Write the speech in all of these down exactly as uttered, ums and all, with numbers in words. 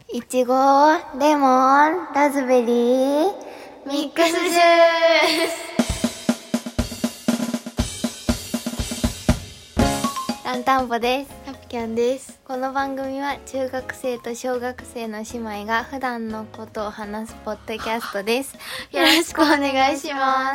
いちご、レモン、ラズベリー、ミックスジュース。ランタンポです。 ハピキャンです。 この番組は中学生と小学生の姉妹が普段のことを話すポッドキャストです。よろしくお願いします。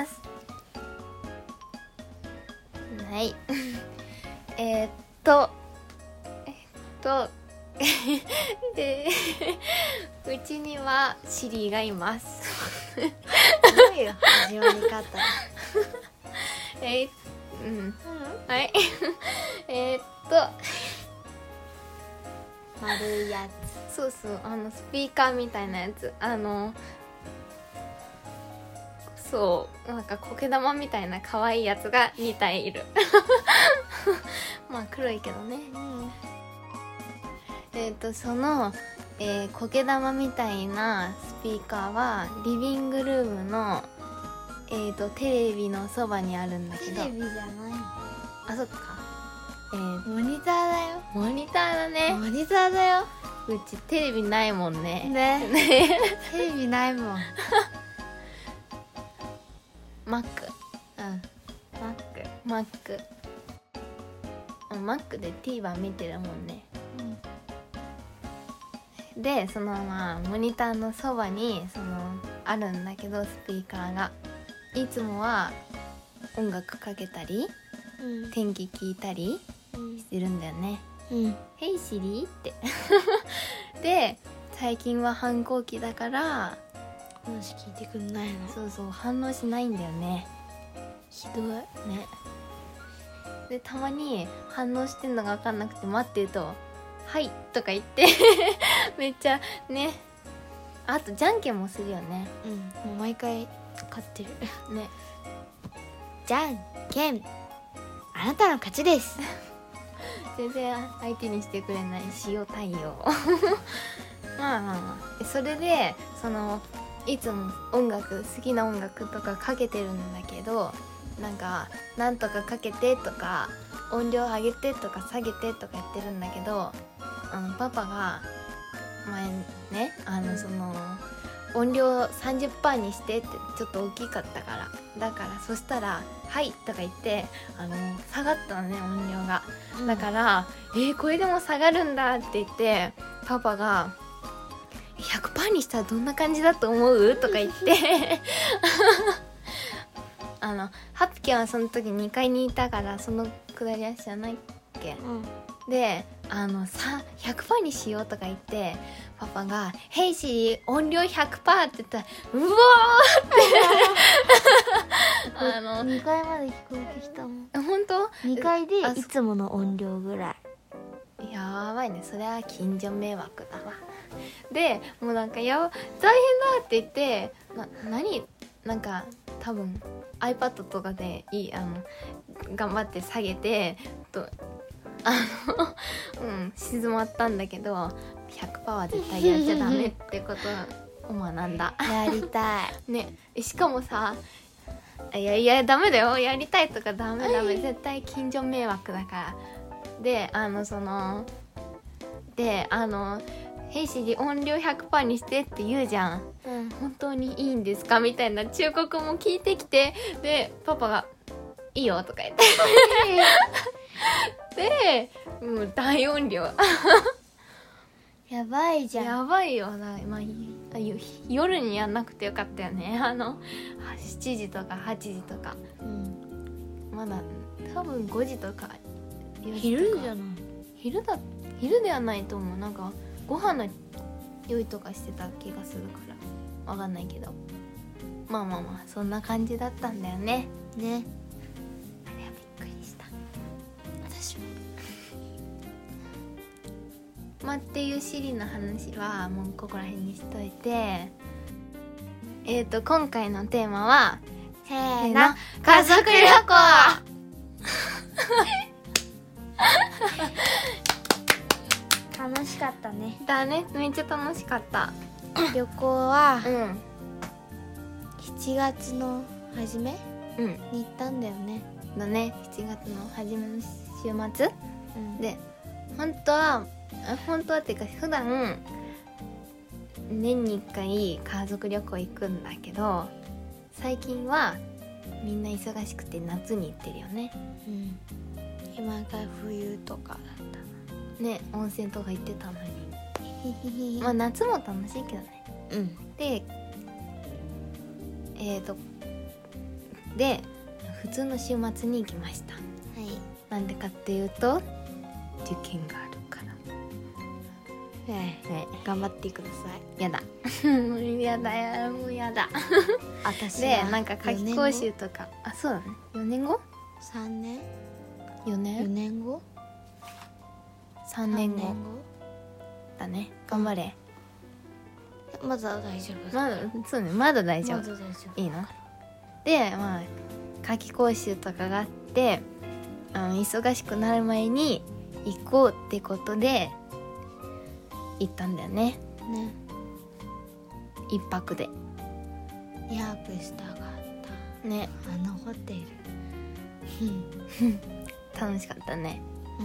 はい。えーっと、えっと、でうちにはシリがいます。 どういう始まり方？ えー、うん、うん、はいえーっと丸いやつ、そうそう、あのスピーカーみたいなやつ、あのそうなんか苔玉みたいな可愛いやつがにたいいる。まあ黒いけどね。うん、えーとその、えー、苔玉みたいなスピーカーはリビングルームの、えー、とテレビのそばにあるんだけど、 テレビじゃない。 あ、そっか、えー、 モニターだよ。 モニターだね。 モニターだよ。 うちテレビないもんね。 ね。 ねテレビないもん。 マック、 うん。マック。 マック、マックで TVer 見てるもんね。うん、でそのまあモニターのそばにそのあるんだけど、スピーカーがいつもは音楽かけたり、 うん、 天気聞いたりしてるんだよね。 うん。 ヘイシリってで最近は反抗期だから話聞いてくんないの。 そうそう、反応しないんだよね。 ひどいね。 でたまに反応してんのが分かんなくて待ってるとはいとか言ってめっちゃね。あとじゃんけんもするよね。 うん。もう毎回勝ってるね。 じゃんけん、あなたの勝ちです。 全然相手にしてくれない塩対応。まあまあまあ、それでそのいつも音楽、好きな音楽とかかけてるんだけど、なんかなんとかかけてとか音量上げてとか下げてとかやってるんだけど、あのパパが前ね、あのその音量 さんじゅっパーセント にしてってちょっと大きかったから、だからそしたらはいとか言ってあの下がったのね、音量が。だからえー、これでも下がるんだって言ってパパが ひゃくパーセント にしたらどんな感じだと思うとか言ってあのハピキャンはその時にかいにいたからそのくだりは知らないっけ、うん、であのさ ひゃくパーセント にしようとか言ってパパが「ヘイシリ音量 ひゃくパーセント」って言ったらうおーってあのにかいまで聞こえてきたもん。 本当？ にかいでいつもの音量ぐらい。 やばいね、それは近所迷惑だわ。でもうなんかやば大変だって言ってな何なんか多分 iPad とかでいいあの頑張って下げてとあのうん静まったんだけど ひゃくパーセント は絶対やっちゃダメってことを学んだ。 やりたいね。しかもさ、いやいやダメだよ、やりたいとかダメダメ、絶対近所迷惑だから。であのそのであのヘイシリ音量 ひゃくパーセント にしてって言うじゃん、うん、本当にいいんですかみたいな忠告も聞いてきて、でパパがいいよとか言ってでもう大音量やばいじゃん。 やばいよな、まあ、夜にやんなくてよかったよね。あのしちじとかはちじとか、うん、まだ多分ごじとかよじとか。 昼じゃない？ 昼だ昼ではないと思う。なんかご飯の用意とかしてた気がするからわかんないけど、まあまあまあそんな感じだったんだよね。 ね。あれはびっくりした。 私も。 まあっていうシリの話はもうここら辺にしといて、えーと今回のテーマはせーの、 家族旅行。 楽しかったね。 だね、めっちゃ楽しかった。 旅行はうんしちがつの初めうんに行ったんだよね。 だね、しちがつの初めの週末、 うん、 で本当は本当はっていうか普段年にいっかい家族旅行行くんだけど、最近はみんな忙しくて夏に行ってるよね。 うん、今が冬とかだっね、温泉とか行ってたのに。 た。 まあ夏も楽しいけどね。 うん、 でえーとで普通の週末に行きました。 はい。 なんでかっていうと受験があるから。 ねね、 頑張ってください。 やだもうやだやもうやだ私ではなんか夏期講習とか、あ、そうだね、よねんごさんねんよよねんねんごさんねんごだね。頑張れ。 まだ大丈夫。 まだそうね、まだ大丈夫。 まだ大丈夫。 いいので、まあ夏期講習とかがあって、あの忙しくなる前に行こうってことで行ったんだよね。 ね。 一泊でにはくしたかったね。 あのホテル。 楽しかったね。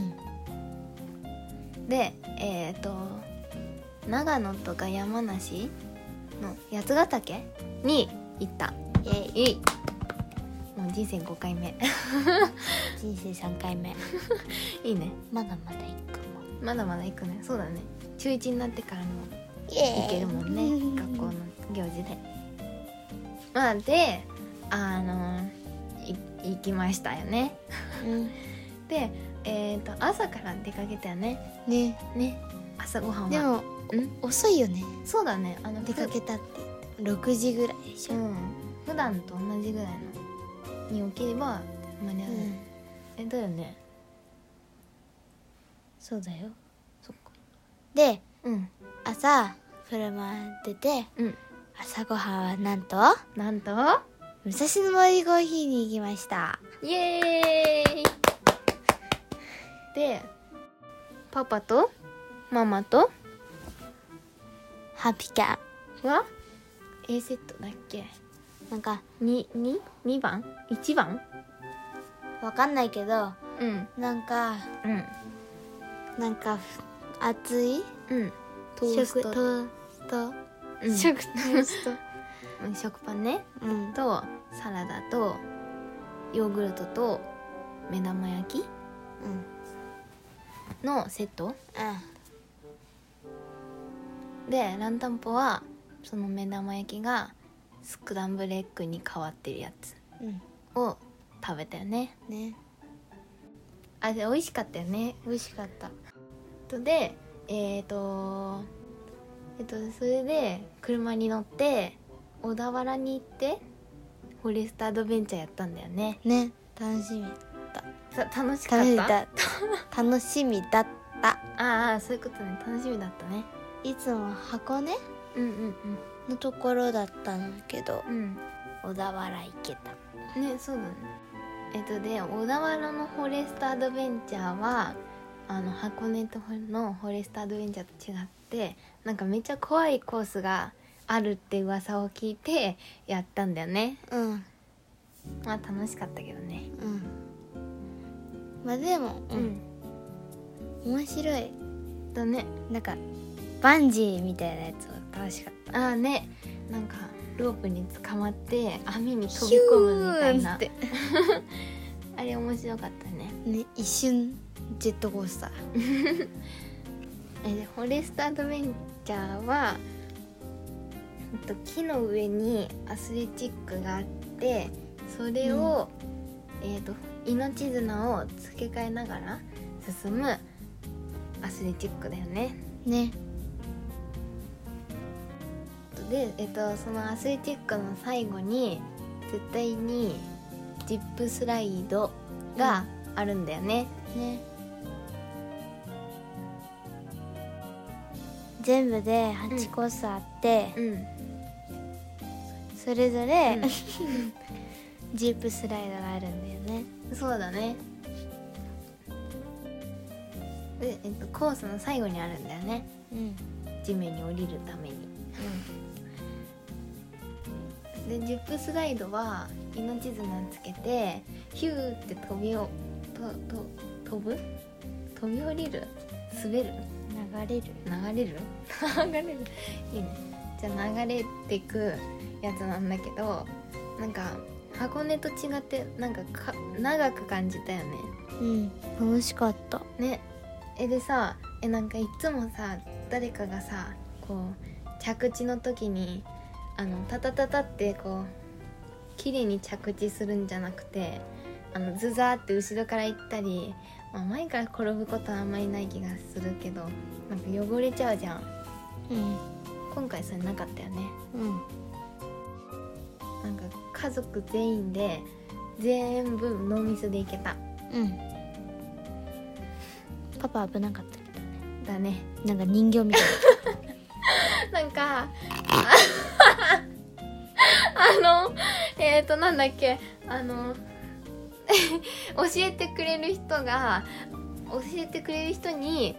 うん。 でえっ、ー、と長野とか山梨の八ヶ岳に行った。 イェイ。 えいもう人生ごかいめ人生さんかいめ。 いいね。 まだまだ行くもん。 まだまだ行くね。そうだね、中いちになってからもイエーイ行けるもんね、学校の行事で。まあであのい行きましたよね。 うんでえっ、ー、と朝から出かけたよね。 ね。 ね、朝ごはんはでもん遅いよね。 そうだね、あの出かけたって言ってもろくじぐらいでしょ。 うん普段と同じぐらいのに起きれば間に合う、 うんえだよね。 そうだよ。 そっか。 でうん朝車出てうん朝ごはんはなんとなんと武蔵野森コーヒーに行きました。 イエーイでパパとママとハッピーキャンは A セットだっけ。 なんかにににばんいちばんわかんないけどうんなんかうんなんか熱いうんトースト食トースト、 うん食トーストうん食パンねうんとサラダとヨーグルトと目玉焼きうんのセットうでランタンポはその目玉焼きがスクランブルエッグに変わってるやつんうんを食べたよね。 ね。 あれ美味しかったよね。 美味しかった。 とでえっ、ー、とえっ、とそれで車に乗って小田原に行ってフォレストアドベンチャーやったんだよね。 ね、楽しみだた楽しかっ楽しみだた楽しみだった。 ああそういうことね。楽しみだったね。 いつも箱根うんうんのところだったんだけどうん小田原行けた。 うんね、そうだね。えっとで小田原のフォレストアドベンチャーはあの箱根とのフォレストアドベンチャーと違ってなんかめっちゃ怖いコースがあるって噂を聞いてやったんだよね。 うんまあ楽しかったけどね。 うんまあでも、うん、面白い。 だね。 なんかバンジーみたいなやつは楽しかっああね、なんかロープに捕まって網に飛び込むみたいなヒューンってあれ面白かったね。 ね、一瞬ジェットコースターえでフォレストアドベンチャーは、えっと、木の上にアスレチックがあってそれを、うん、えっと命綱を付け替えながら進むアスレチックだよね。 ね。 で、えっと、そのアスレチックの最後に絶対にジップスライドがあるんだよね。 ね。全部ではちコースあって、 うん、 それぞれ、 うん、 ジップスライドがあるんだよね。 そうだね。で、えっと、コースの最後にあるんだよね。 うん、 地面に降りるために。うん、でジップスライドは命綱つけてヒューって飛びをとと飛ぶ飛び降りる滑るなん流れる流れる流れるいいね。じゃあ流れてくやつなんだけど、なんか箱根と違ってなんかか長く感じたよね。 うん楽しかったね。えでさえなんかいつもさ誰かがさこう着地の時にあのタタタタってこう綺麗に着地するんじゃなくて、あのズザーって後ろから行ったり、まあ、前から転ぶことはあんまりない気がするけど、なんか汚れちゃうじゃん。 うん今回それなかったよね。 うんなんか家族全員で全部ノーミスでいけた。 うんパパ危なかったけどね。 だね。 なんか人形みたいなんかあのえっ、ー、となんだっけあの教えてくれる人が教えてくれる人に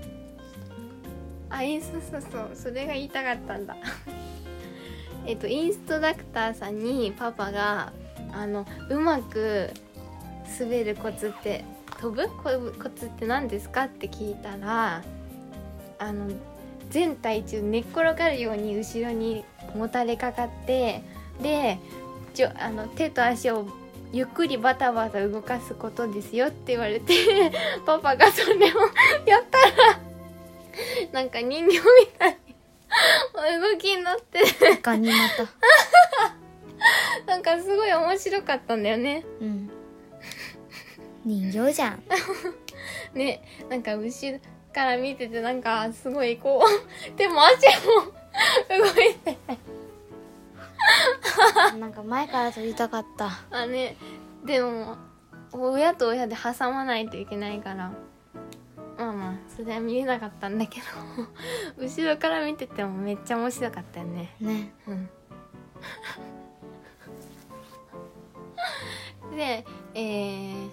あ、インスそうそうそれが言いたかったんだえっとインストラクターさんにパパがあのうまく滑るコツって飛ぶコツって何ですかって聞いたら、あの全体重寝っ転がるように後ろにもたれかかって、でちょあの手と足をゆっくりバタバタ動かすことですよって言われてパパがそれをやったらなんか人形みたいに動きになってガニ股なんかすごい面白かったんだよね。 うん人形じゃんね、なんか後ろから見ててなんかすごいこう手も足も動いてなんか前から撮りたかった。 あね、でも親と親で挟まないといけないからまあまあそれは見えなかったんだけど後ろから見ててもめっちゃ面白かったよね。 ねうんでえー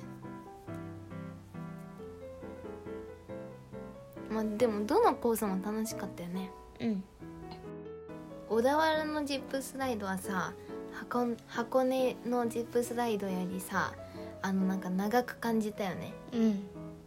まあでもどのコースも楽しかったよね。 うん小田原のジップスライドはさ 箱, 箱根のジップスライドよりさあのなんか長く感じたよね。 うん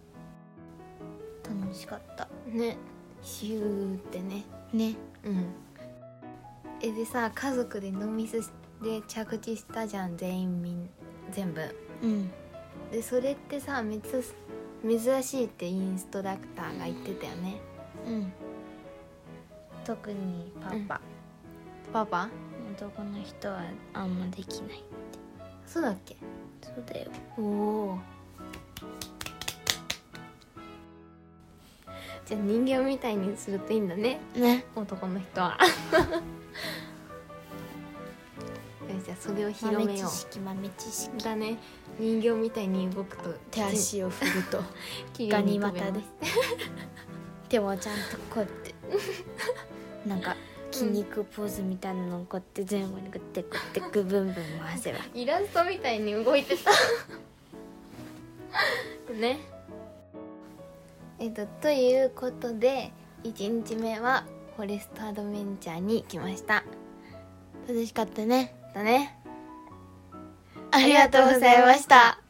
楽しかったね、シューってね。 ねうんえでさ家族でノーミスで着地したじゃん全員みん全部うんで、それってさめっちゃ珍しいってインストラクターが言ってたよね。 うん特にパパ、 うんパパ男の人はあんまできない。 そうだっけ。 そうだよ。 おおじゃあ人形みたいにするといいんだねね男の人はよしじゃあそれを広めよう。 豆知識豆知識だね、人形みたいに動くと手足を振るときガれいに飛べニ股でます手もちゃんとこうやってなんか筋肉ポーズみたいなのをこうやって前後にグッてグッてグブンブン回せばイラストみたいに動いてたねえっとということでいちにちめはフォレストアドベンチャーに来ました。 楽しかったね。 だね。 ありがとうございました。